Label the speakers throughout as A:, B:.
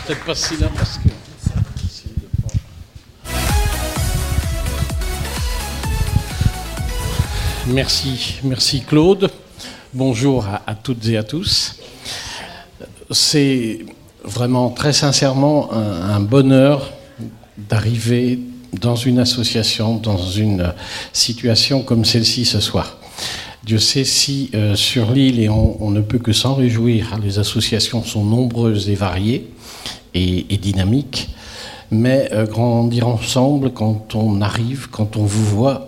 A: peut-être passer là parce que... Merci Claude. Bonjour à toutes et à tous. C'est vraiment très sincèrement un bonheur d'arriver dans une association, dans une situation comme celle-ci ce soir. Dieu sait si sur l'île, et on ne peut que s'en réjouir, les associations sont nombreuses et variées et dynamiques, mais grandir ensemble, quand on arrive, quand on vous voit,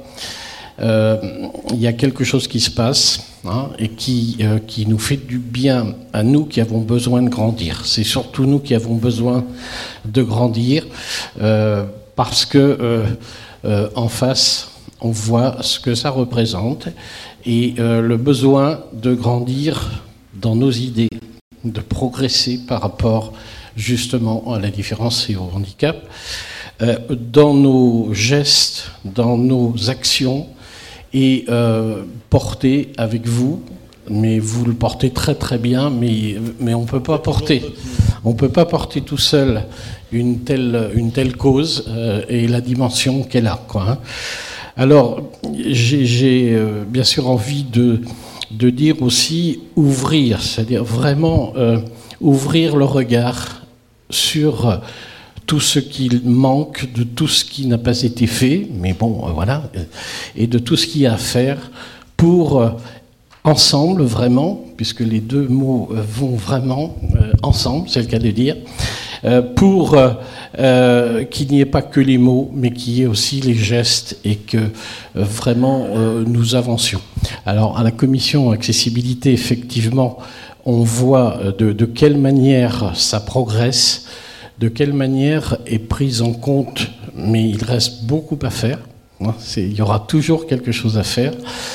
A: il y a quelque chose qui se passe et qui nous fait du bien à nous qui avons besoin de grandir. C'est surtout nous qui avons besoin de grandir parce que en face, on voit ce que ça représente et le besoin de grandir dans nos idées, de progresser par rapport justement à la différence et au handicap, dans nos gestes, dans nos actions, et porter avec vous, mais vous le portez très très bien, mais on peut pas porter tout seul une telle cause et la dimension qu'elle a, quoi, hein. Alors j'ai bien sûr envie de dire aussi ouvrir, c'est-à-dire vraiment ouvrir le regard sur tout ce qui manque, de tout ce qui n'a pas été fait, mais bon, voilà, et de tout ce qu'il y a à faire pour, ensemble, vraiment, puisque les deux mots vont vraiment ensemble, c'est le cas de dire, pour qu'il n'y ait pas que les mots, mais qu'il y ait aussi les gestes et que vraiment nous avancions. Alors, à la commission accessibilité, effectivement, on voit de quelle manière ça progresse, de quelle manière est prise en compte, mais il reste beaucoup à faire. Il y aura toujours quelque chose à faire,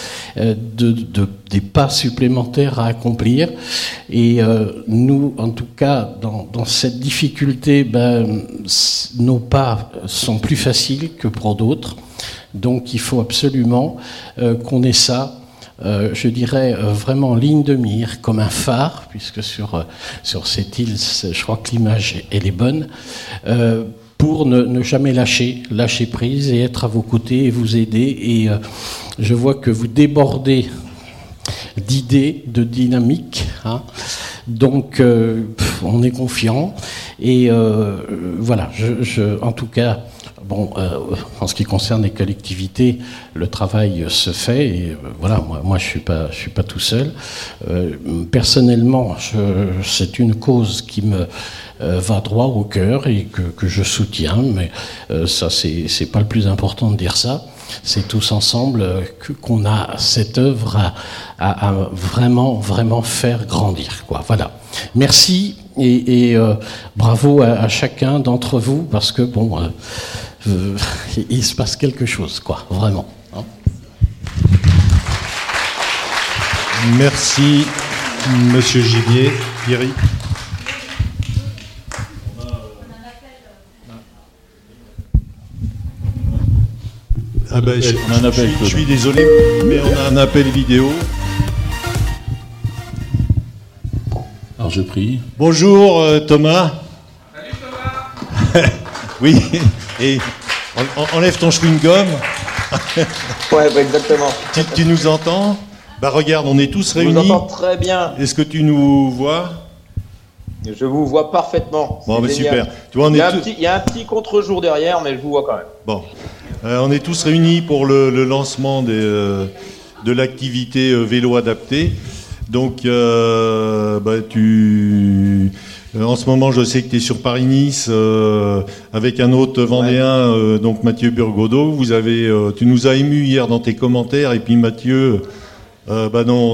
A: des pas supplémentaires à accomplir. Et nous, en tout cas, dans cette difficulté, nos pas sont plus faciles que pour d'autres. Donc il faut absolument qu'on ait ça, je dirais, vraiment en ligne de mire, comme un phare, puisque sur cette île, je crois que l'image, elle est bonne, pour ne jamais lâcher prise et être à vos côtés et vous aider. Et je vois que vous débordez d'idées, de dynamique, hein. Donc on est confiant. Et voilà, en tout cas... Bon, en ce qui concerne les collectivités, le travail se fait et voilà, moi je suis pas tout seul. Personnellement, c'est une cause qui me va droit au cœur et que je soutiens, mais ça c'est pas le plus important de dire ça. C'est tous ensemble qu'on a cette œuvre à vraiment faire grandir, quoi. Voilà. Merci et bravo à chacun d'entre vous parce que bon. Il se passe quelque chose, quoi, vraiment. Hein.
B: Merci, Monsieur Gibier. Thierry. Je suis désolé, mais on a un appel vidéo.
C: Alors je prie.
B: Bonjour Thomas.
D: Salut Thomas.
B: Oui. Et enlève ton chewing-gum.
E: Ouais, exactement.
B: Tu nous entends? Bah regarde, on est tous réunis.
E: Je vous entends très bien.
B: Est-ce que tu nous vois?
E: Je vous vois parfaitement.
B: Bon, bah super. Tu vois,
E: il y a un petit contre-jour derrière, mais je vous vois quand même.
B: Bon. On est tous réunis pour le lancement de l'activité vélo adapté. Donc, en ce moment, je sais que tu es sur Paris-Nice avec un autre Vendéen, donc Mathieu Burgodeau. Tu nous as émus hier dans tes commentaires. Et puis Mathieu, dans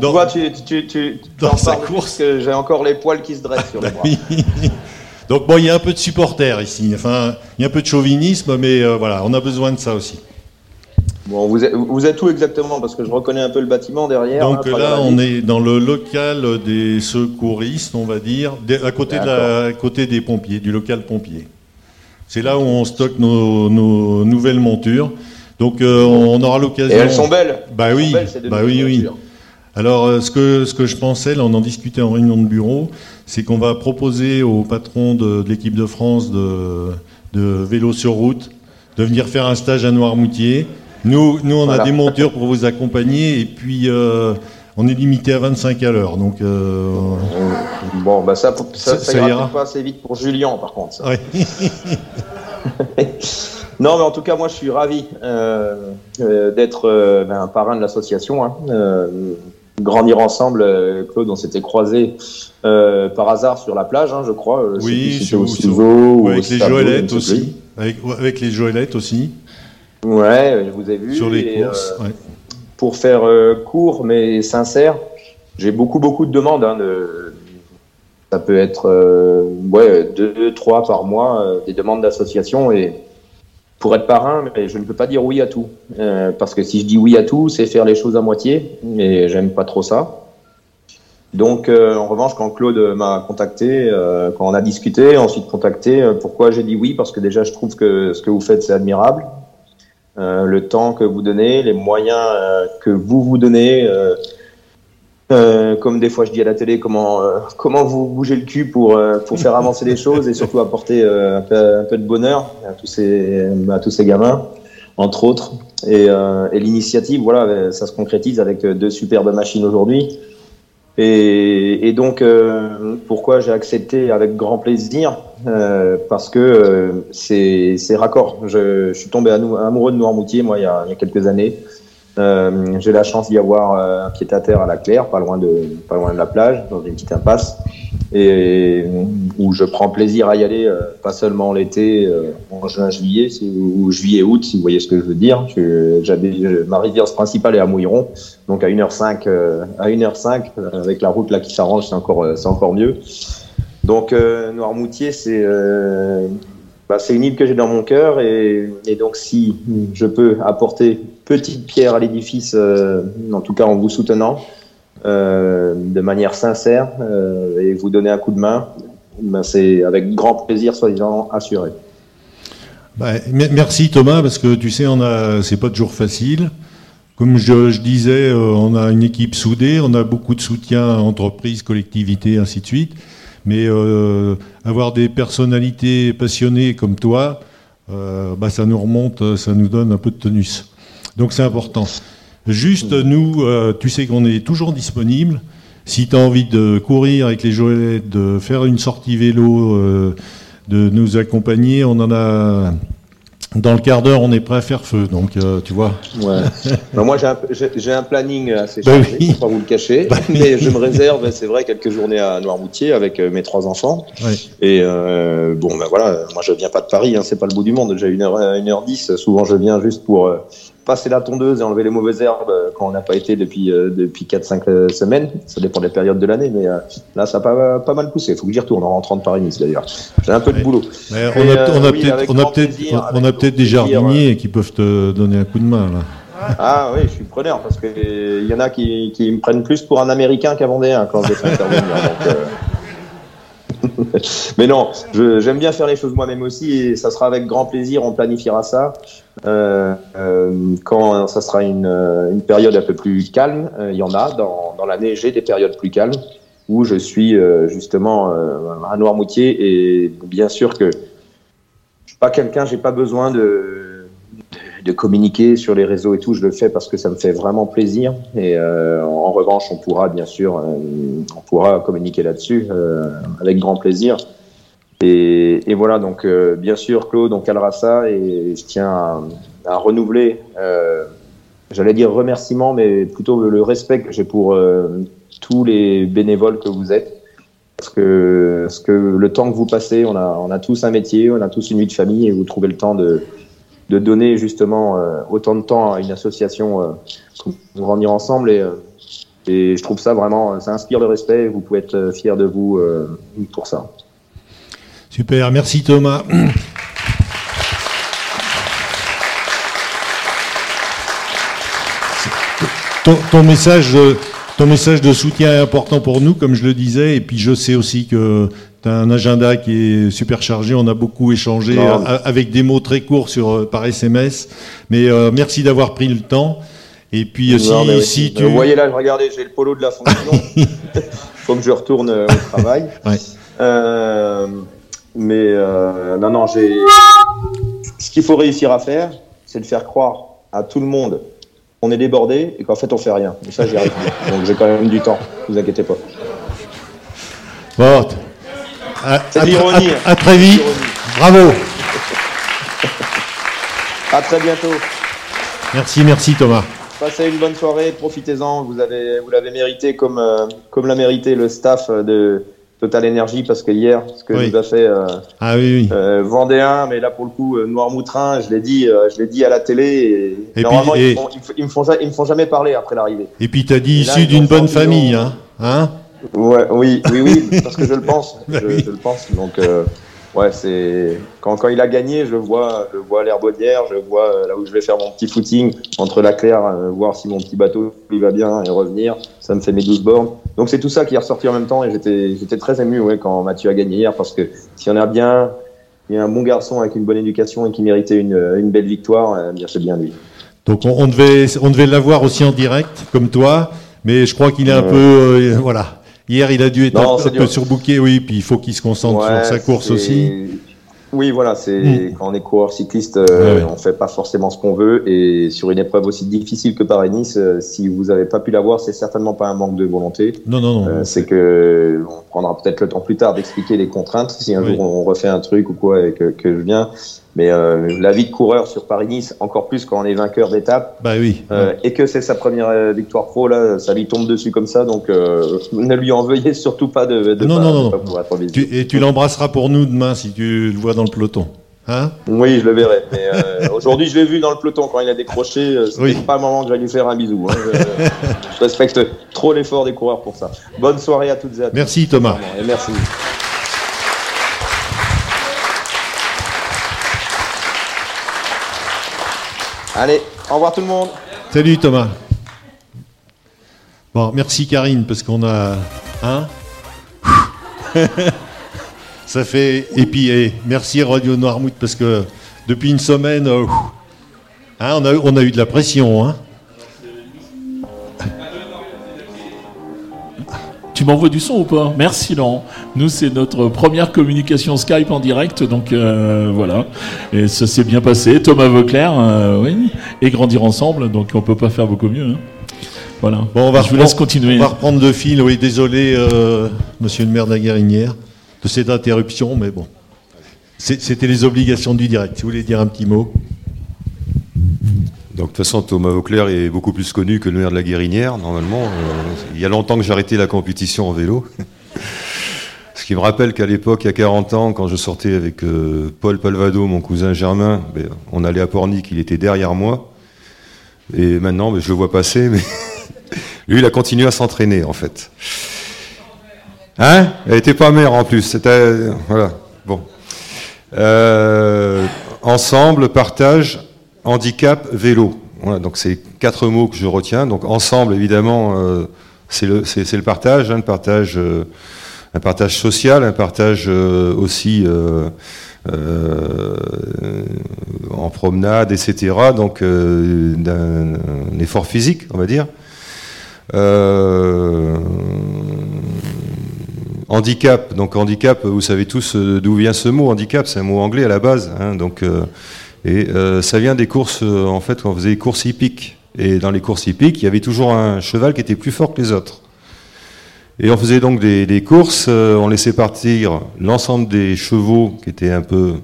B: sa course,
E: que j'ai encore les poils qui se dressent sur le bras.
B: Donc bon, il y a un peu de supporters ici. Enfin, il y a un peu de chauvinisme, mais voilà, on a besoin de ça aussi.
E: Bon, vous êtes où exactement? Parce que je reconnais un peu le bâtiment derrière.
B: Donc là, on est dans le local des secouristes, on va dire, à côté des pompiers, du local pompier. C'est là où on stocke nos nouvelles montures. Donc on aura l'occasion.
E: Et elles sont belles.
B: Bah oui, oui. Alors, ce que je pensais, là, on en discutait en réunion de bureau, c'est qu'on va proposer au patron de l'équipe de France de vélo sur route de venir faire un stage à Noirmoutier. Nous on a des montures pour vous accompagner, et puis on est limité à 25 à l'heure. Donc,
E: bon, bah ça ira pas assez vite pour Julien, par contre. Ça.
B: Ouais.
E: Non, mais en tout cas, moi, je suis ravi d'être un parrain de l'association. Grandir ensemble, Claude, on s'était croisés par hasard sur la plage, je crois.
B: Oui,
E: si au Ciseaux,
B: avec les Joëlettes aussi. Avec les Joëlettes aussi.
E: Ouais, je vous ai vu.
B: Sur les courses, ouais.
E: Pour faire court mais sincère, j'ai beaucoup de demandes. Ça peut être 2, 3 par mois, des demandes d'association, et pour être parrain, mais je ne peux pas dire oui à tout. Parce que si je dis oui à tout, c'est faire les choses à moitié, et j'aime pas trop ça. Donc, en revanche, quand Claude m'a contacté, quand on a discuté, ensuite contacté, pourquoi j'ai dit oui? Parce que déjà, je trouve que ce que vous faites, c'est admirable. Le temps que vous donnez, les moyens que vous donnez, comme des fois je dis à la télé, comment vous bougez le cul pour faire avancer les choses, et surtout apporter un peu de bonheur à tous ces gamins, entre autres. Et l'initiative, voilà, ça se concrétise avec 2 superbes machines aujourd'hui. Et donc, pourquoi j'ai accepté avec grand plaisir, parce que c'est raccord. Je suis tombé amoureux de Noirmoutier, moi, il y a quelques années. J'ai la chance d'y avoir un pied-à-terre à la Claire, pas loin de la plage, dans une petite impasse, et où je prends plaisir à y aller, pas seulement l'été, en juin, juillet, ou juillet, août, si vous voyez ce que je veux dire. Ma rivière principale est à Mouilleron, donc à 1h05, avec la route là qui s'arrange, c'est encore mieux. Donc Noirmoutier, c'est une île que j'ai dans mon cœur, et donc si je peux apporter petite pierre à l'édifice, en tout cas en vous soutenant de manière sincère, et vous donner un coup de main, c'est avec grand plaisir, soi-disant assuré.
B: Merci Thomas, parce que tu sais, c'est pas toujours facile. Comme je disais, on a une équipe soudée, on a beaucoup de soutien, entreprises, collectivités, ainsi de suite. Mais avoir des personnalités passionnées comme toi, ça nous remonte, ça nous donne un peu de tonus. Donc c'est important. Juste, nous, tu sais qu'on est toujours disponible. Si tu as envie de courir avec les Joëlettes, de faire une sortie vélo, de nous accompagner, on en a... Dans le quart d'heure, on est prêt à faire feu, donc tu vois.
E: Ouais. Moi, j'ai un planning assez chargé, oui. Pour pas vous le cacher, mais je me réserve, c'est vrai, quelques journées à Noirmoutier avec mes 3 enfants. Oui. Et voilà, moi je viens pas de Paris, c'est pas le bout du monde. J'ai 1h10. Souvent, je viens juste pour passer la tondeuse et enlever les mauvaises herbes quand on n'a pas été depuis 4-5 semaines. Ça dépend des périodes de l'année, mais là, ça a pas mal poussé. Il faut que j'y retourne en rentrant de Paris-Nice, d'ailleurs. J'ai un peu de boulot.
B: Mais on a peut-être des jardiniers qui peuvent te donner un coup de main, là.
E: Ah oui, je suis preneur, parce qu'il y en a qui me prennent plus pour un Américain qu'un Vendéen quand je les fais intervenir. Mais non, j'aime bien faire les choses moi-même aussi, et ça sera avec grand plaisir, on planifiera ça. Quand ça sera une période un peu plus calme, il y en a dans l'année, j'ai des périodes plus calmes où je suis justement à Noirmoutier, et bien sûr que je suis pas quelqu'un, j'ai pas besoin de communiquer sur les réseaux et tout, je le fais parce que ça me fait vraiment plaisir, et en revanche on pourra bien sûr communiquer là-dessus avec grand plaisir, et voilà. Donc bien sûr Claude, on calera ça, et je tiens à renouveler, j'allais dire remerciement, mais plutôt le respect que j'ai pour tous les bénévoles que vous êtes, parce que le temps que vous passez, on a tous un métier, on a tous une vie de famille, et vous trouvez le temps de donner justement autant de temps à une association pour grandir ensemble, et je trouve ça vraiment, ça inspire le respect, et vous pouvez être fiers de vous pour ça.
B: Super, merci Thomas. Ton message de soutien est important pour nous, comme je le disais, et puis je sais aussi que tu as un agenda qui est super chargé. On a beaucoup échangé avec des mots très courts par SMS, mais merci d'avoir pris le temps. Et puis si tu...
E: Vous voyez là, regardez, j'ai le polo de la fonction. Faut que je retourne au travail.
B: Ouais.
E: Non, ce qu'il faut réussir à faire, c'est de faire croire à tout le monde qu'on est débordé et qu'en fait on fait rien. Et ça, j'y arrive bien. Donc j'ai quand même du temps, ne vous inquiétez pas.
B: Bon,
E: c'est l'ironie.
B: À très vite. Bravo.
E: À très bientôt.
B: Merci Thomas.
E: Passez une bonne soirée, profitez-en. Vous l'avez mérité comme l'a mérité le staff de Total Energy, parce que hier, ce que nous a fait Vendéen, mais là pour le coup Noirmoutrin, je l'ai dit à la télé. Et normalement ils me font jamais parler après l'arrivée.
B: Et puis t'as dit issu d'une bonne famille, hein.
E: Ouais, oui, parce que je le pense. Je le pense. Donc c'est quand il a gagné, je vois l'Herbaudière, je vois là où je vais faire mon petit footing entre la Claire, voir si mon petit bateau il va bien et revenir. Ça me fait mes 12 bornes. Donc c'est tout ça qui est ressorti en même temps, et j'étais très ému quand Mathieu a gagné hier, parce que s'il y en a bien, il y a un bon garçon avec une bonne éducation et qui méritait une belle victoire, bien c'est bien lui.
B: Donc on devait l'avoir aussi en direct comme toi, mais je crois qu'il est un peu voilà. Hier, il a dû être un peu surbooké, oui, puis il faut qu'il se concentre sur sa course aussi.
E: Oui, voilà, quand on est coureur cycliste, on fait pas forcément ce qu'on veut, et sur une épreuve aussi difficile que Paris-Nice, si vous avez pas pu l'avoir, c'est certainement pas un manque de volonté.
B: Non.
E: C'est que on prendra peut-être le temps plus tard d'expliquer les contraintes, si un jour on refait un truc ou quoi et que je viens. Mais la vie de coureur sur Paris-Nice, encore plus quand on est vainqueur d'étape, et que c'est sa première victoire pro, là, ça lui tombe dessus comme ça. Donc ne lui en veuillez surtout pas de pas pouvoir être visible.
B: Et tu l'embrasseras pour nous demain si tu le vois dans le peloton. Hein?
E: Oui, je le verrai. Mais aujourd'hui, je l'ai vu dans le peloton quand il a décroché. C'était pas le moment que j'allais lui faire un bisou. Je respecte trop l'effort des coureurs pour ça. Bonne soirée à toutes et à tous.
B: Merci Thomas.
E: Et merci. Allez, au revoir tout le monde.
B: Salut Thomas. Bon, merci Karine, parce qu'on a... Ça fait... Et puis, merci Radio Noirmouth, parce que depuis une semaine, on a eu de la pression.
C: Tu m'envoies du son ou pas? Merci Laurent. Nous, c'est notre première communication Skype en direct, donc voilà. Et ça s'est bien passé. Thomas Vauclair, et grandir ensemble, donc on peut pas faire beaucoup mieux. Voilà.
B: Bon,
C: je vous laisse continuer.
B: On va reprendre le fil. Oui, désolé, monsieur le maire de la Guérinière, de cette interruption, mais bon. C'était les obligations du direct. Si vous voulez dire un petit mot.
F: Donc de toute façon, Thomas Vauclair est beaucoup plus connu que le maire de la Guérinière, normalement. Il y a longtemps que j'ai arrêté la compétition en vélo. Ce qui me rappelle qu'à l'époque, il y a 40 ans, quand je sortais avec Paul Palvado, mon cousin Germain, on allait à Pornic, il était derrière moi. Et maintenant, je le vois passer, mais lui, il a continué à s'entraîner, en fait. Elle n'était pas mère, en plus. C'était... Voilà. Bon. Ensemble, partage... Handicap, vélo. Voilà, donc c'est 4 mots que je retiens. Donc ensemble, évidemment, c'est le partage, un partage social, un partage aussi en promenade, etc. Donc d'un effort physique, on va dire. Handicap. Donc handicap, vous savez tous d'où vient ce mot. Handicap, c'est un mot anglais à la base. Et ça vient des courses, en fait, quand on faisait des courses hippiques. Et dans les courses hippiques, il y avait toujours un cheval qui était plus fort que les autres. Et on faisait donc des courses, on laissait partir l'ensemble des chevaux qui étaient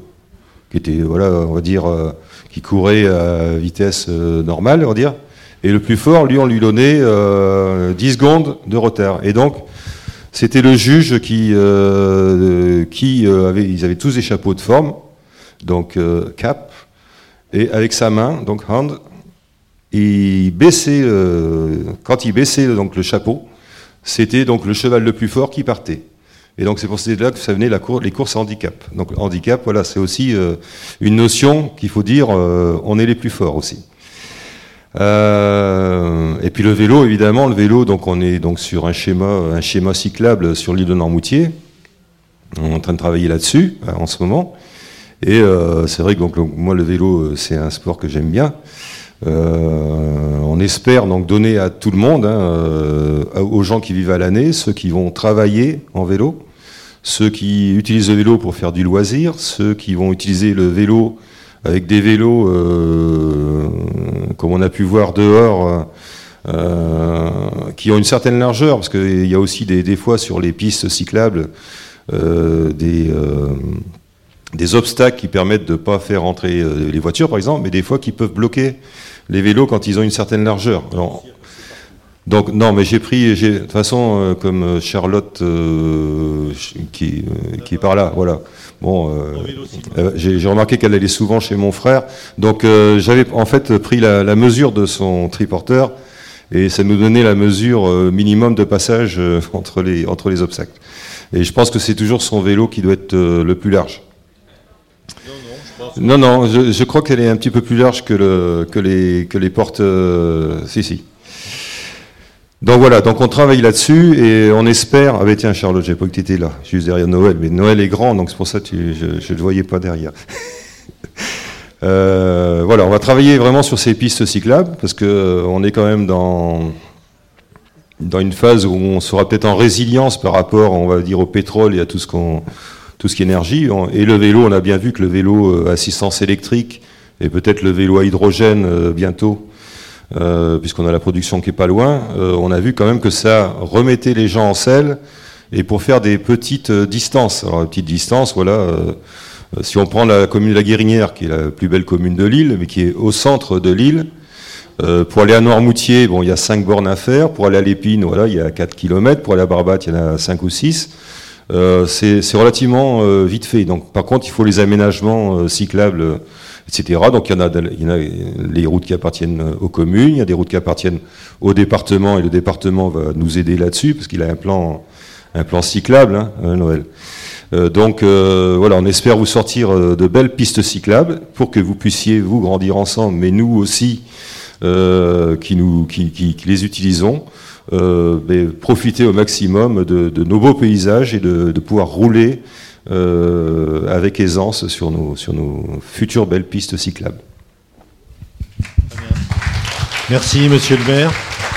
F: on va dire, qui couraient à vitesse normale, on va dire. Et le plus fort, lui, on lui donnait 10 secondes de retard. Et donc, c'était le juge ils avaient tous des chapeaux de forme, donc cap. Et avec sa main, donc hand, il baissait, quand il baissait donc le chapeau, c'était donc le cheval le plus fort qui partait. Et donc c'est pour cela que ça venait les courses à handicap. Donc handicap, voilà, c'est aussi une notion qu'il faut dire, on est les plus forts aussi. Et puis le vélo, évidemment, donc on est donc sur un schéma cyclable sur l'île de Noirmoutier. On est en train de travailler là-dessus en ce moment. Et c'est vrai que donc, moi le vélo c'est un sport que j'aime bien. On espère donc donner à tout le monde, aux gens qui vivent à l'année, ceux qui vont travailler en vélo, ceux qui utilisent le vélo pour faire du loisir, ceux qui vont utiliser le vélo avec des vélos, comme on a pu voir dehors, qui ont une certaine largeur, parce qu'il y a aussi des fois sur les pistes cyclables des obstacles qui permettent de ne pas faire entrer les voitures, par exemple, mais des fois qui peuvent bloquer les vélos quand ils ont une certaine largeur. Alors, donc non, mais de toute façon, comme Charlotte qui est par là, voilà. Bon, j'ai remarqué qu'elle allait souvent chez mon frère, donc j'avais en fait pris la mesure de son triporteur, et ça nous donnait la mesure minimum de passage entre les obstacles. Et je pense que c'est toujours son vélo qui doit être le plus large. Non, je crois qu'elle est un petit peu plus large que les portes. Si. Donc voilà, donc on travaille là-dessus et on espère. Ah ben tiens, Charlotte, j'ai pas que tu étais là, juste derrière Noël, mais Noël est grand, donc c'est pour ça que je ne le voyais pas derrière. Voilà, on va travailler vraiment sur ces pistes cyclables parce que on est quand même dans une phase où on sera peut-être en résilience par rapport, on va dire, au pétrole et à tout ce qui est énergie. Et le vélo, on a bien vu que le vélo assistance électrique et peut-être le vélo à hydrogène bientôt, puisqu'on a la production qui est pas loin, on a vu quand même que ça remettait les gens en selle et pour faire des petites distances. Alors, petites distances, voilà. Si on prend la commune de la Guérinière, qui est la plus belle commune de l'île, mais qui est au centre de l'île, pour aller à Noirmoutier, bon, il y a 5 bornes à faire. Pour aller à Lépine, voilà, il y a 4 km. Pour aller à Barbate, il y en a 5 ou 6. C'est relativement vite fait. Donc, par contre, il faut les aménagements cyclables, etc. Donc, il y en a les routes qui appartiennent aux communes, il y a des routes qui appartiennent au département, et le département va nous aider là-dessus, parce qu'il a un plan cyclable, Noël. Donc, voilà, on espère vous sortir de belles pistes cyclables pour que vous puissiez, vous, grandir ensemble, mais nous aussi, qui les utilisons, profiter au maximum de nos beaux paysages et de pouvoir rouler avec aisance sur nos futures belles pistes cyclables.
B: Merci, monsieur le maire.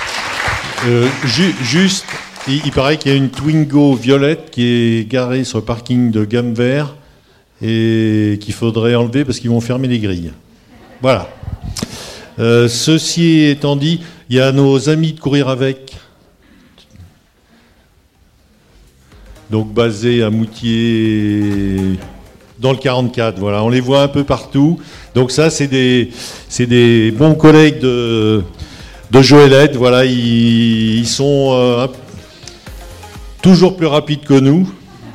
B: Juste, il paraît qu'il y a une Twingo violette qui est garée sur le parking de Gamme Vert et qu'il faudrait enlever parce qu'ils vont fermer les grilles. Voilà. Ceci étant dit, il y a nos amis de Courir Avec, donc basés à Moutier, dans le 44. Voilà, on les voit un peu partout. Donc ça, c'est des bons collègues de Joëlette. Voilà, ils sont toujours plus rapides que nous.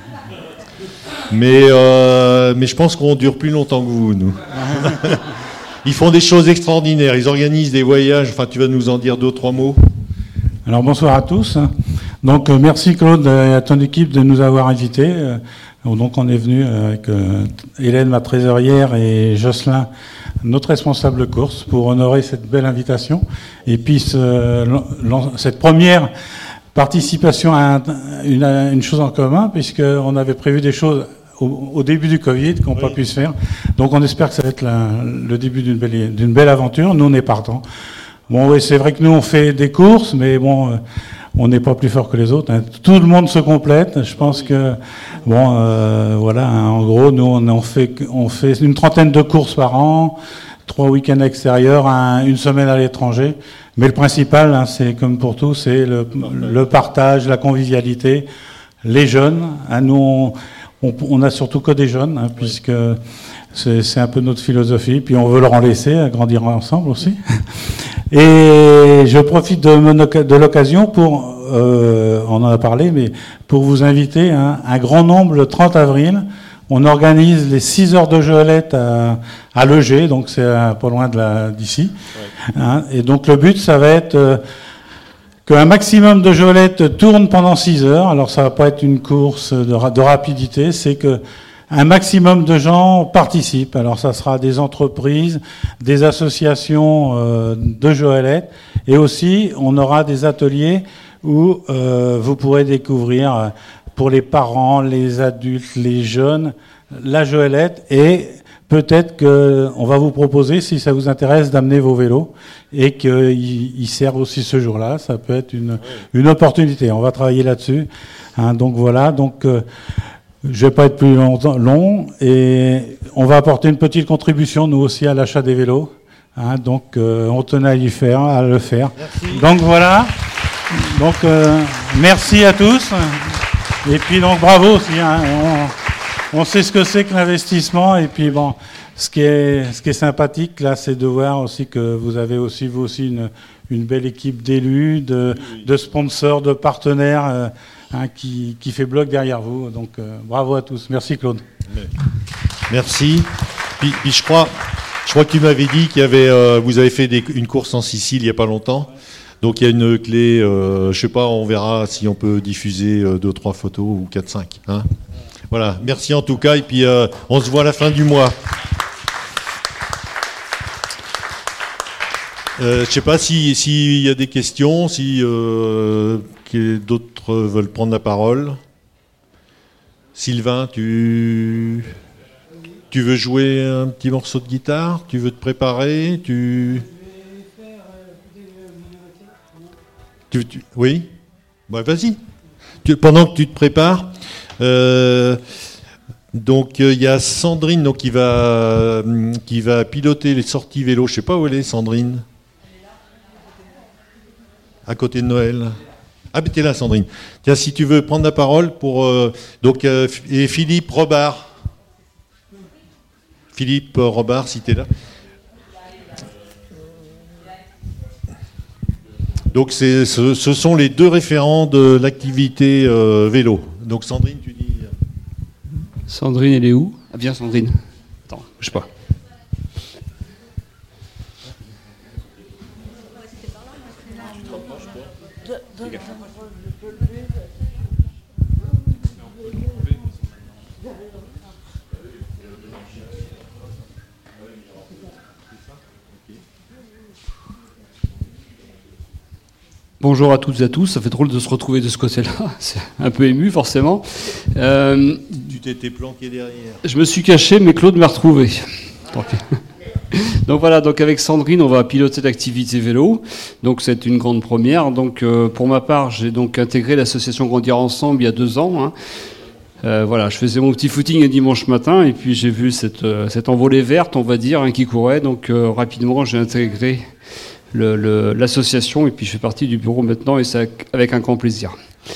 B: Mais je pense qu'on dure plus longtemps que vous, nous. Ils font des choses extraordinaires. Ils organisent des voyages. Enfin, tu vas nous en dire 2 ou 3 mots.
G: Alors, bonsoir à tous. Donc, merci Claude et à ton équipe de nous avoir invités. Donc, on est venu avec Hélène, ma trésorière, et Jocelyn, notre responsable de course, pour honorer cette belle invitation. Et puis, cette première participation à une chose en commun, puisqu'on avait prévu des choses au début du Covid qui n'ont pas pu se faire. Donc on espère que ça va être le début d'une belle aventure. Nous, on est partants. Bon, oui, c'est vrai que nous, on fait des courses, mais bon, on n'est pas plus fort que les autres. Tout le monde se complète. Je pense que, bon, voilà, en gros, nous, on fait une 30aine de courses par an, 3 week-ends extérieurs, une semaine à l'étranger. Mais le principal, c'est comme pour tout, c'est le partage, la convivialité, les jeunes. Nous, on a surtout que des jeunes, puisque c'est un peu notre philosophie. Puis on veut leur en laisser, à grandir ensemble aussi. Et je profite de l'occasion pour, on en a parlé, mais pour vous inviter un grand nombre, le 30 avril, on organise les 6 heures de Joëlette à Legé, donc c'est pas loin d'ici. Ouais. Et donc le but, ça va être qu'un maximum de Joëlette tourne pendant 6 heures. Alors ça va pas être une course de rapidité, c'est que un maximum de gens participent. Alors ça sera des entreprises, des associations de Joëlette, et aussi on aura des ateliers où vous pourrez découvrir pour les parents, les adultes, les jeunes, la Joëlette, et peut-être qu'on va vous proposer, si ça vous intéresse, d'amener vos vélos et qu'ils servent aussi ce jour-là. Ça peut être une opportunité. On va travailler là-dessus. Hein, donc voilà. Donc, je vais pas être plus long et on va apporter une petite contribution, nous aussi, à l'achat des vélos. Hein, donc, on tenait à le faire. Merci. Donc voilà. Donc, merci à tous. Et puis donc bravo aussi. Hein, on sait ce que c'est que l'investissement. Et puis bon, ce qui est sympathique là, c'est de voir aussi que vous avez aussi vous aussi une belle équipe d'élus, de sponsors, de partenaires hein, qui fait bloc derrière vous. Donc bravo à tous. Merci Claude.
B: Merci. Puis je crois que tu m'avais dit qu'il y avait, vous avez fait une course en Sicile il n'y a pas longtemps. Donc il y a une clé, je sais pas, on verra si on peut diffuser 2-3 photos ou 4-5. Hein. Voilà, merci en tout cas, et puis on se voit à la fin du mois. Je sais pas s'il y a des questions, si d'autres veulent prendre la parole. Sylvain, tu veux jouer un petit morceau de guitare? Tu veux te préparer? Oui, bah, vas-y. Pendant que tu te prépares, donc il y a Sandrine donc, qui va piloter les sorties vélo. Je ne sais pas où elle est, Sandrine. À côté de Noël. Ah, mais tu es là, Sandrine. Tiens, si tu veux prendre la parole pour. Et Philippe Robard. Philippe Robard, si tu es là. Donc ce sont les deux référents de l'activité vélo. Donc Sandrine, tu dis...
H: Sandrine, elle est où? Ah bien Sandrine. Attends, je sais pas. Bonjour à toutes et à tous, ça fait drôle de se retrouver de ce côté-là, c'est un peu ému forcément.
B: Tu t'étais planqué derrière.
H: Je me suis caché, mais Claude m'a retrouvé. Donc voilà, donc avec Sandrine, on va piloter l'activité vélo, donc c'est une grande première. Donc pour ma part, j'ai donc intégré l'association Grandir Ensemble il y a 2 ans. Hein. Voilà, je faisais mon petit footing un dimanche matin et puis j'ai vu cette envolée verte, on va dire, hein, qui courait. Donc rapidement, j'ai intégré l'association et puis je fais partie du bureau maintenant et c'est avec un grand plaisir.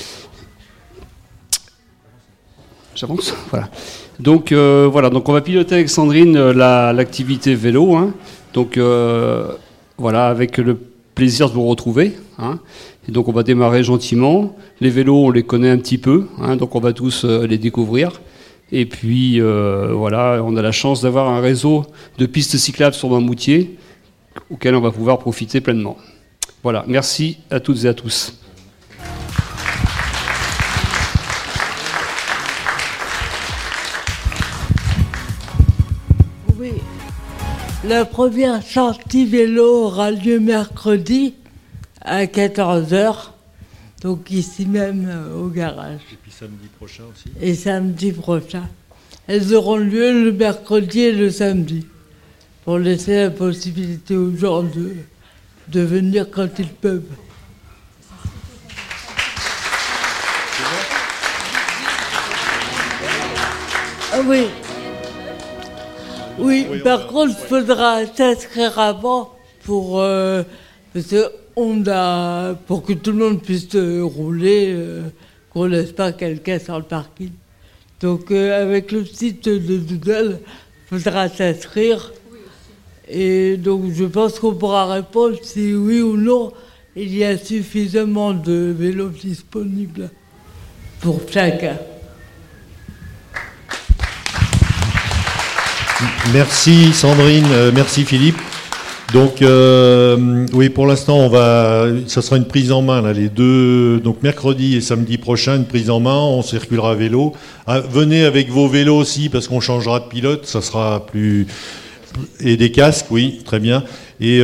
H: J'avance, voilà. Donc voilà, donc on va piloter avec Sandrine l'activité vélo. Hein. Donc voilà, avec le plaisir de vous retrouver. Hein. Et donc on va démarrer gentiment. Les vélos, on les connaît un petit peu, hein, donc on va tous les découvrir. Et puis voilà, on a la chance d'avoir un réseau de pistes cyclables sur Mammoutier auquel on va pouvoir profiter pleinement. Voilà, merci à toutes et à tous.
I: Oui, la première sortie vélo aura lieu mercredi à 14h, donc ici même au garage.
B: Et puis samedi prochain aussi.
I: Et samedi prochain. Elles auront lieu le mercredi et le samedi, pour laisser la possibilité aux gens de venir quand ils peuvent. Ah oui. Oui, par contre, il faudra s'inscrire avant pour que tout le monde puisse rouler, qu'on ne laisse pas quelqu'un sur le parking. Donc avec le site de Doodle, il faudra s'inscrire. Et donc je pense qu'on pourra répondre si oui ou non il y a suffisamment de vélos disponibles pour chacun.
B: Merci Sandrine, merci Philippe. Donc oui, pour l'instant ça sera une prise en main là, les deux, donc mercredi et samedi prochain, une prise en main, on circulera à vélo. Venez avec vos vélos aussi parce qu'on changera de pilote, ça sera plus... Et des casques, oui, très bien. Et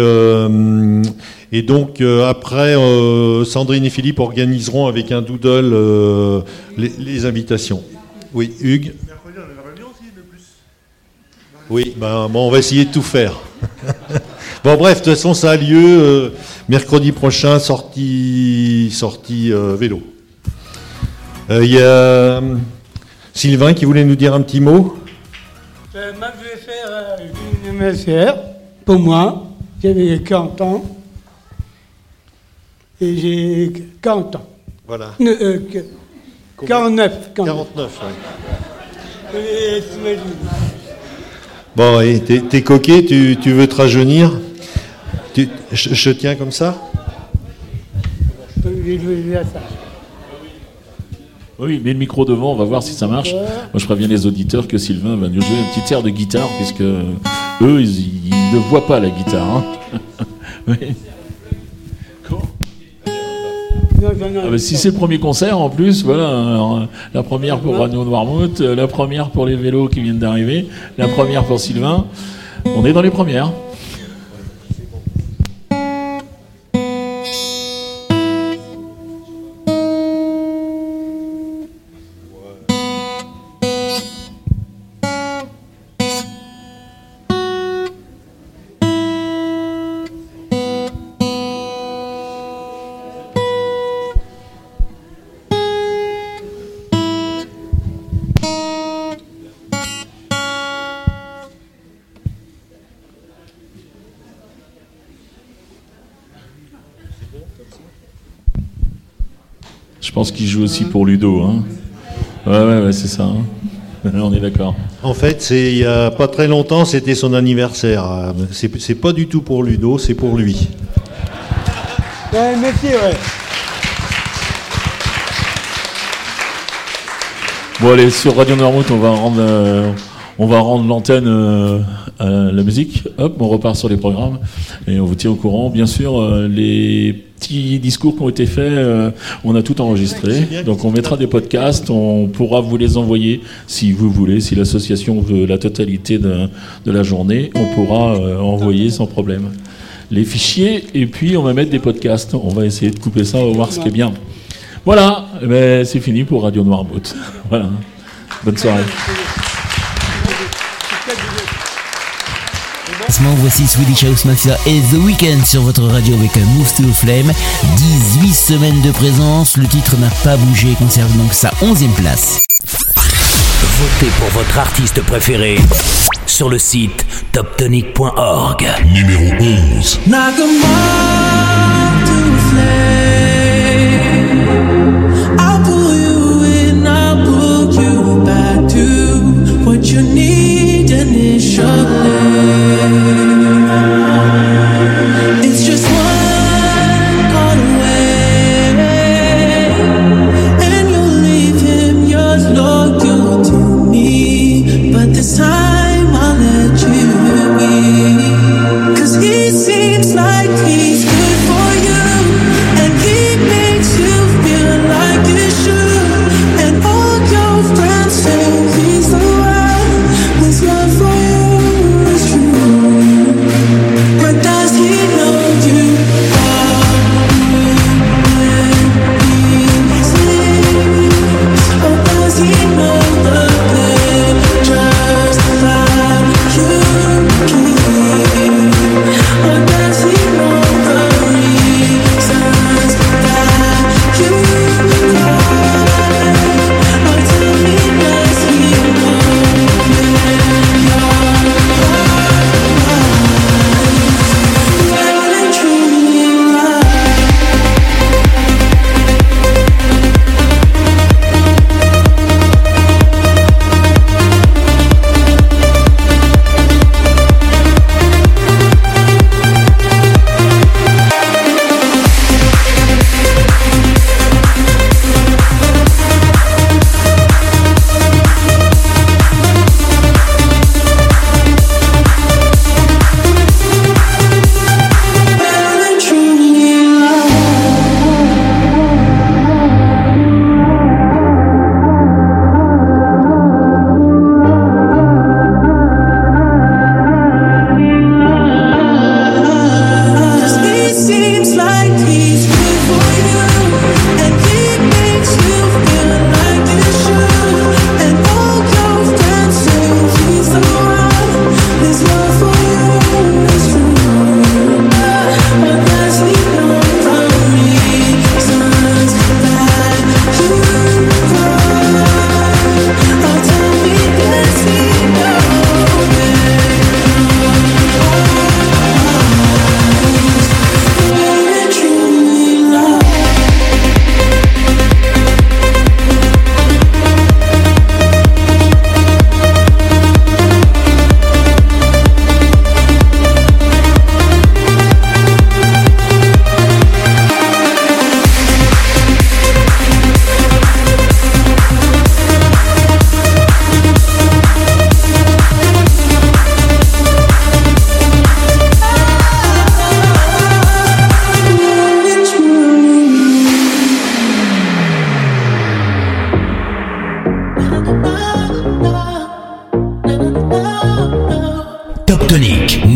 B: donc après, Sandrine et Philippe organiseront avec un doodle les invitations. Oui, Hugues.
J: Mercredi, on a une réunion aussi de plus.
B: Oui, bon, on va essayer de tout faire. Bon, bref, de toute façon, ça a lieu mercredi prochain, sortie vélo. Il y a Sylvain qui voulait nous dire un petit mot.
J: Moi, je vais faire une MSR pour moi. J'avais 40 ans. Et j'ai 40 ans.
B: Voilà.
J: 49.
B: 49, oui. Bon, et t'es coquet, tu veux te rajeunir. Je tiens comme ça.
C: Oui, mets le micro devant, on va voir si ça marche. Moi, je préviens les auditeurs que Sylvain va nous jouer un petit air de guitare, puisque eux, ils ne voient pas la guitare. Hein. Oui. Si c'est le premier concert, en plus, voilà, alors, la première pour Radio Noirmouth, la première pour les vélos qui viennent d'arriver, la première pour Sylvain. On est dans les premières. Je pense qu'il joue aussi pour Ludo. Hein. Ouais, c'est ça. Hein. On est d'accord.
B: En fait, il n'y a pas très longtemps, c'était son anniversaire. C'est pas du tout pour Ludo, c'est pour lui.
J: Ouais, merci, ouais.
C: Bon, allez, sur Radio Noirmouth, on va rendre l'antenne à la musique. Hop, on repart sur les programmes et on vous tient au courant. Bien sûr, les petits discours qui ont été faits, on a tout enregistré. Donc on mettra des podcasts, on pourra vous les envoyer si vous voulez. Si l'association veut la totalité de la journée, on pourra envoyer sans problème les fichiers et puis on va mettre des podcasts. On va essayer de couper ça, on va voir ce qui est bien. Voilà, c'est fini pour Radio Noirmouth. Voilà. Bonne soirée.
K: Voici Swedish House Mafia et The Weeknd sur votre radio avec un Move to a Flame. 18 semaines de présence, le titre n'a pas bougé, conserve donc sa 11e place.
L: Votez pour votre artiste préféré sur le site toptonic.org.
M: Numéro 11.
N: I'll pull you in, I'll pull you back to what you need initially. It's just one call away, and you'll leave him yours loyal to me. But this time I'll let you be, 'cause he seems like he's good for you, and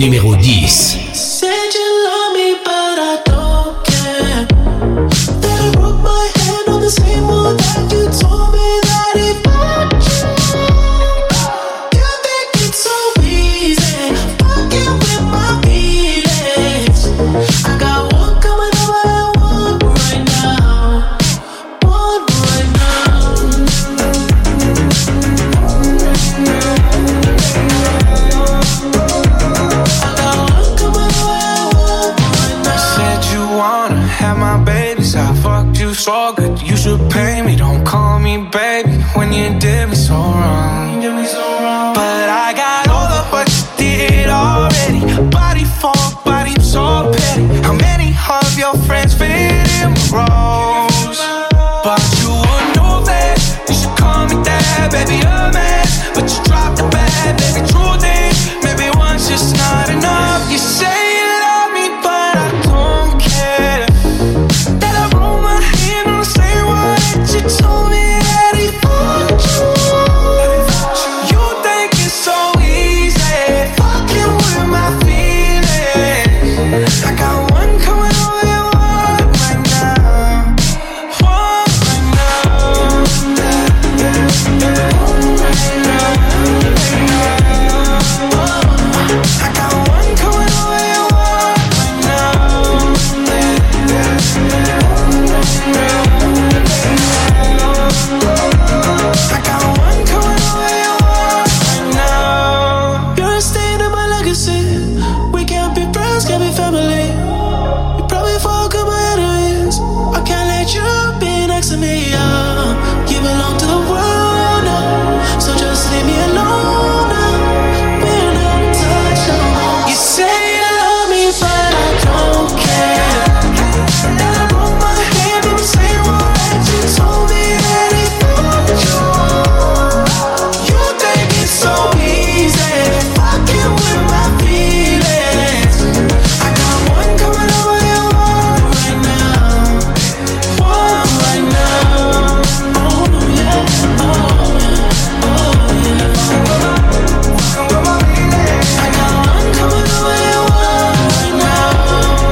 L: numéro 10.
N: Said you love me, but I don't care. Then I broke my hand on the same wall that you told me that it fucked you. You think it's so easy, fucking with my feelings. I got one coming over and one right now. One right now. I got one coming over and one right now.
M: Said you wanna have my babies, I fucked you so good, you should pay me. Don't call me baby when you did me so wrong. But I got all of what you did already. Body for body, I'm so petty. How many of your friends fit in my roles? But you would know that you should call me dad, baby, a man. But you dropped the bad, baby, truth is, maybe one's just not enough. You say you love me, but I don't care. That I roll my hand on the same one that you told me that he fucked you. You think it's so easy, fucking with my feelings. I got one coming over and one right now. One right now. I got one coming over and one right now. I got one coming over and one right now. You're a stain in my legacy. We can't be friends, can't be family. You probably forgot my enemies. I can't let you be next to me. You belong to the world now, so just leave me alone now. We're not touched no more. You say you love me, but I don't care. That I broke my hand in the same way that you told me that he fucked you. You think it's so easy, fucking with my feelings. I got one coming over and one right now. One right now. Oh yeah, oh yeah, oh yeah. I got one coming over and one right now.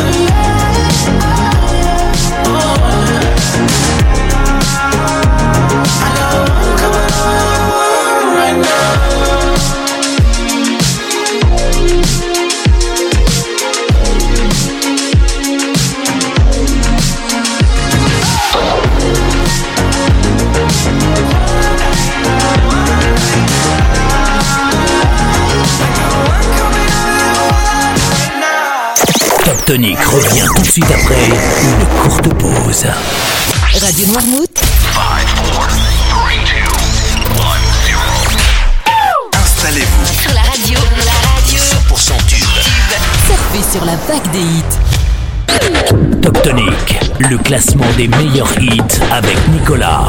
M: Yeah, oh yeah. I got one coming over and one right now.
L: Top Tonic revient tout de suite après une courte pause.
O: Radio Noirmouth.
L: Installez-vous
O: Sur la radio.
L: 100% tube.
O: Surfez sur la vague des hits.
L: Top Tonic, le classement des meilleurs hits avec Nicolas.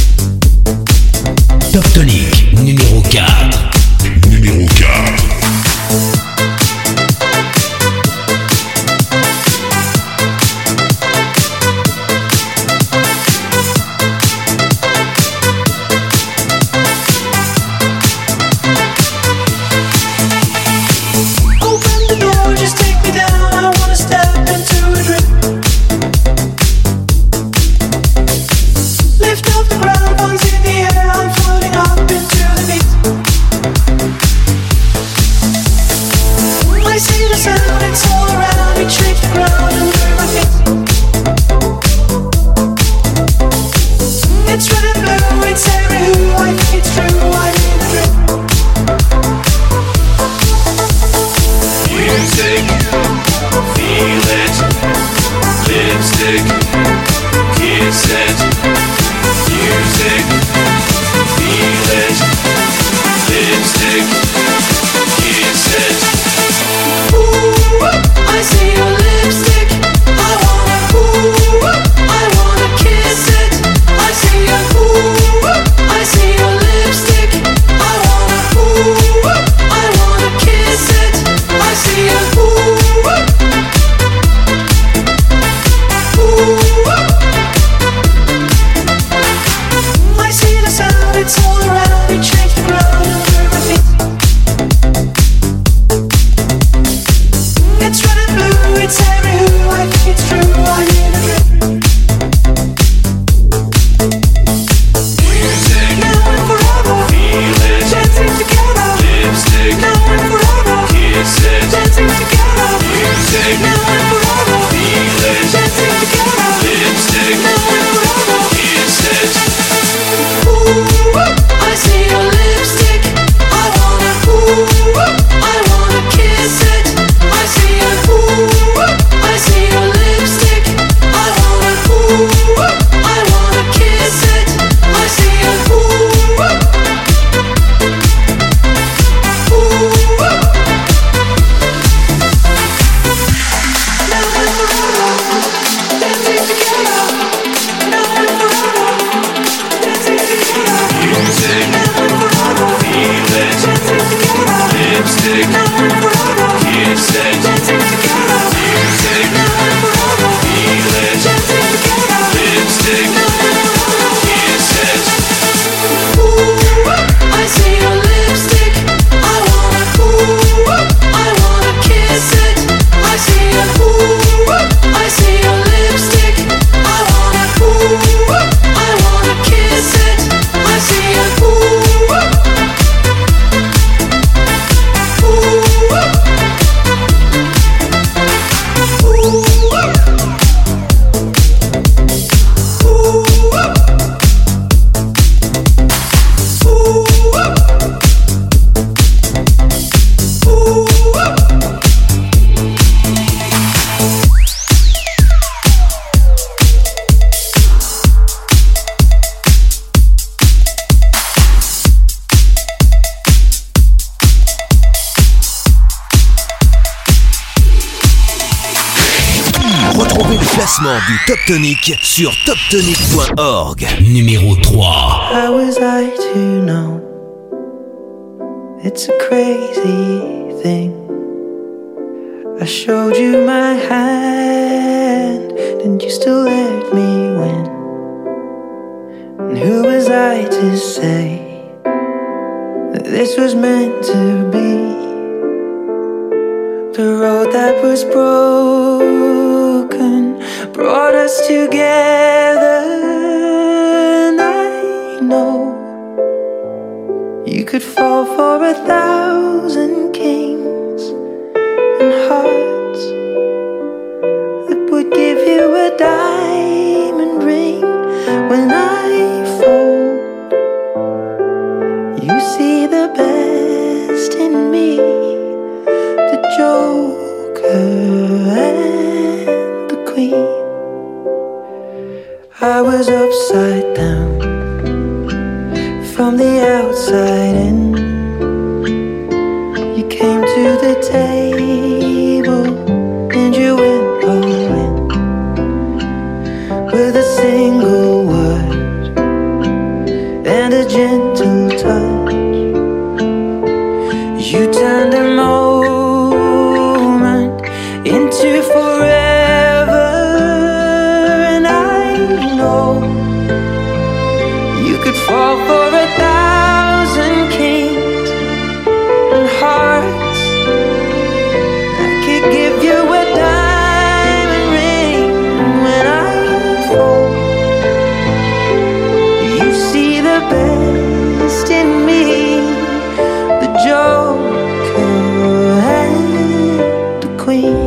L: Top Tonic, numéro 4.
P: Numéro 4.
L: classement du Top Tonic sur toptonic.org. Numéro 3.
N: How was I to know? It's a crazy thing. I showed you my hand, and you still let me win. And who was I to say that this was meant to be? The road that was broken brought us together, and I know you could fall for 1,000 kings and hearts that would give you a diamond ring. When I fall, you see the best in me, the Joker and the Queen. I was upside down from the outside in. You came to the table and you went all in with a single word and a gentle touch. You turned a moment into forever, and I know you could fall for 1,000 kings and hearts. I could give you a diamond ring. When I fall, you see the best in me, the Joker and the Queen.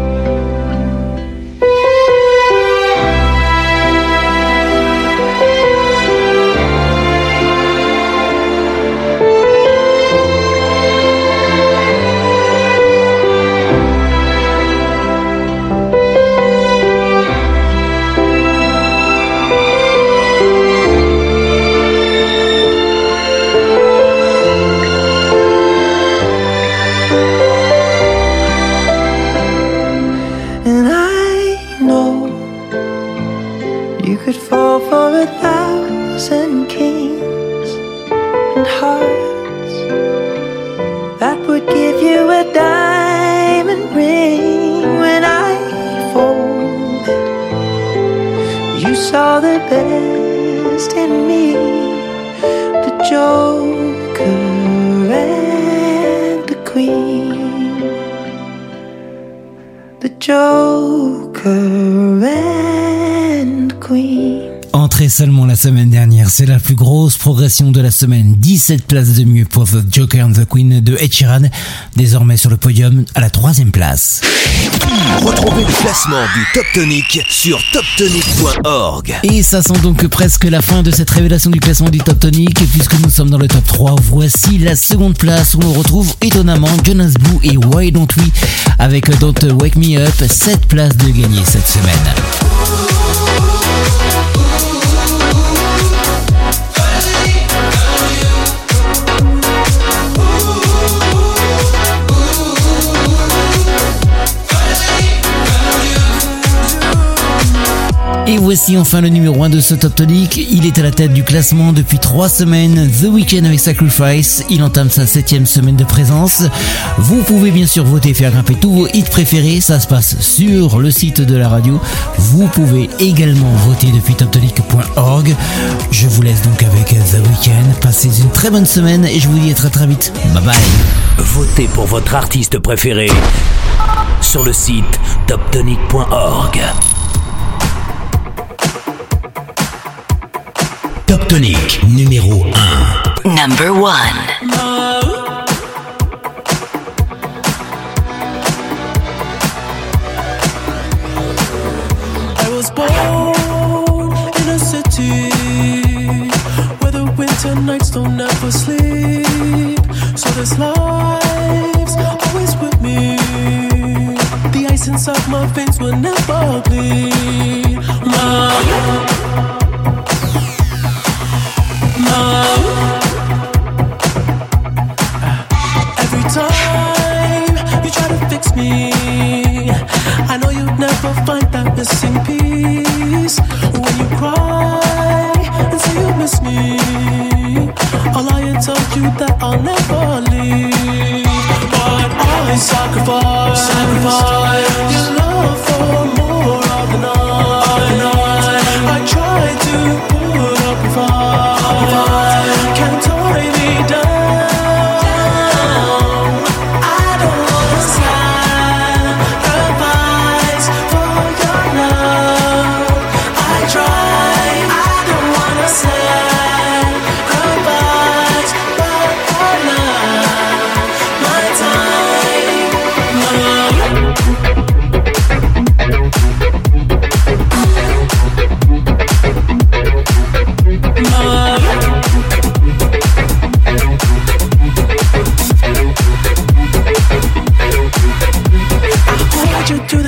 N: And I know you could fall for 1,000 kings and hearts that would give you a diamond ring. When I folded, you saw the best in me, the Joker and the Queen. The Joker and Queen.
K: Entrée seulement la semaine dernière, c'est la plus grosse progression de la semaine. 17 places de mieux pour The Joker and the Queen de Ed Sheeran, désormais sur le podium à la 3e place.
L: Retrouvez le classement du Top Tonic sur toptonic.org.
K: Et ça sent donc presque la fin de cette révélation du classement du Top Tonic, puisque nous sommes dans le top 3. Voici la seconde place où l'on retrouve étonnamment Jonas Blue et Why Don't We avec Don't Wake Me Up, 7 places de gagné cette semaine. Et voici enfin le numéro 1 de ce Top Tonic. Il est à la tête du classement depuis 3 semaines. The Weeknd avec Sacrifice. Il entame sa 7e semaine de présence. Vous pouvez bien sûr voter et faire grimper tous vos hits préférés. Ça se passe sur le site de la radio. Vous pouvez également voter depuis toptonic.org. Je vous laisse donc avec The Weeknd. Passez une très bonne semaine et je vous dis à très très vite. Bye bye.
L: Votez pour votre artiste préféré sur le site toptonic.org. Top Tonic, numéro 1.
O: Number 1.
M: I was born in a city where the winter nights don't ever sleep. So this life's always with me. The ice inside my veins will never bleed. Every time you try to fix me, I know you'd never find that missing piece.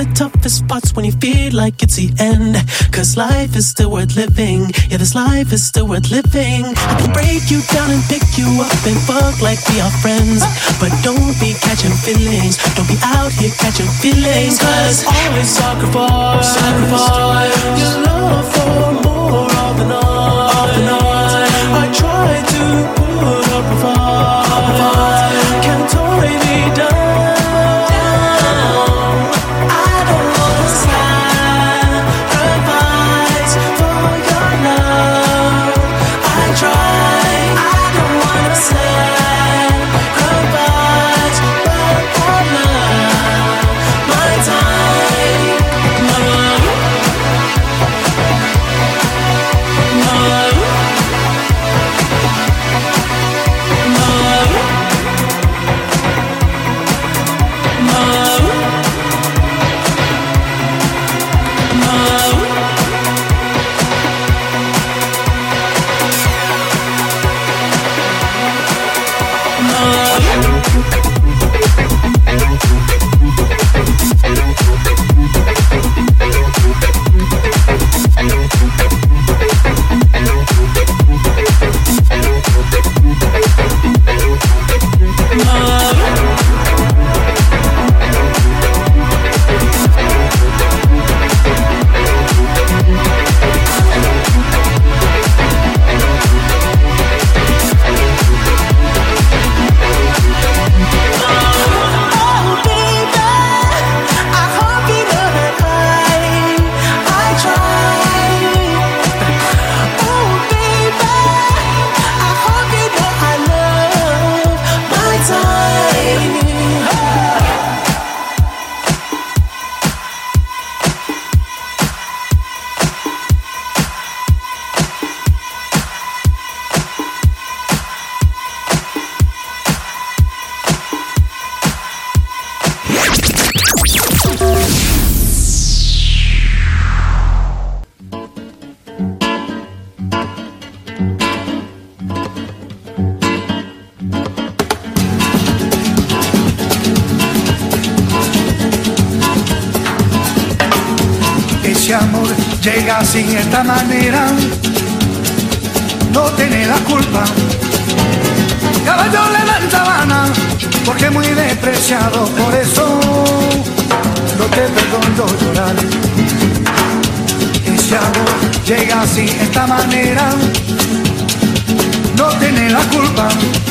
M: the toughest spots when you feel like it's the end. Cause life is still worth living. Yeah, this life is still worth living. I can break you down and pick you up and fuck like we are friends. But don't be catching feelings. Don't be out here catching feelings. Cause always sacrifice your love for more of the night. I try to put up a fight. Can't tie me down.
P: Llega sin esta manera, no tiene la culpa. Caballo levanta vana, porque muy despreciado, por eso no te perdono llorar. Ese amor llega sin esta manera, no tiene la culpa.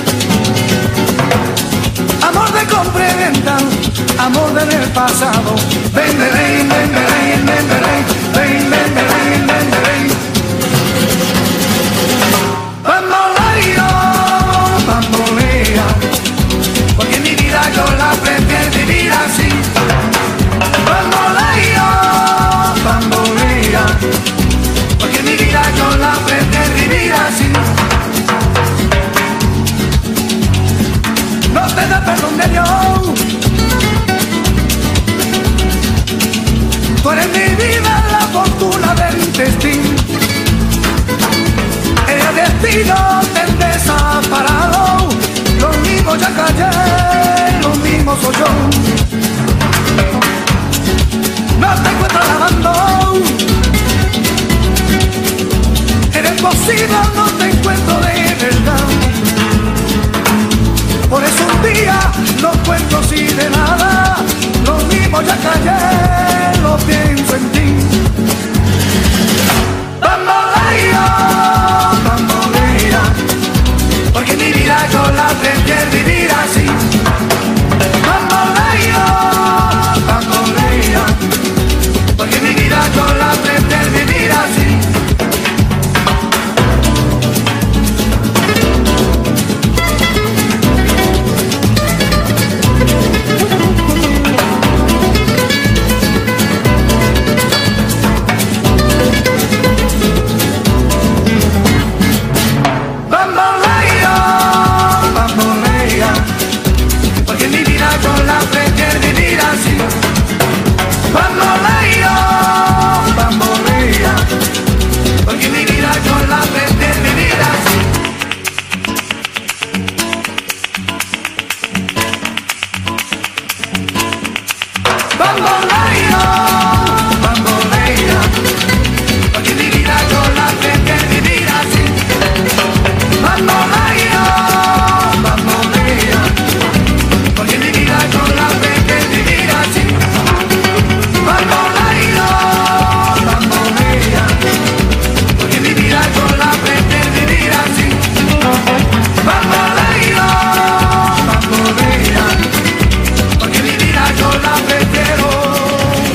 P: Amor de compra y venta, amor del pasado. Ven, ven, ven, ven, ven, ven, ven. Ven, ven, ven, ven, ven, ven. Bamboleo, bambolea, porque mi vida yo la prefiero vivir así. Bamboleo, bambolea, porque mi vida yo la prefiero vivir así. No te da perdón de Dios. Tú eres mi vida, la fortuna del destino. El destino te desaparado. Lo mismo ya callé, lo mismo soy yo. No te encuentro lavando. Eres posible, no te encuentro de verdad. Por eso un día no cuento así de nada. Lo mismo ya callé.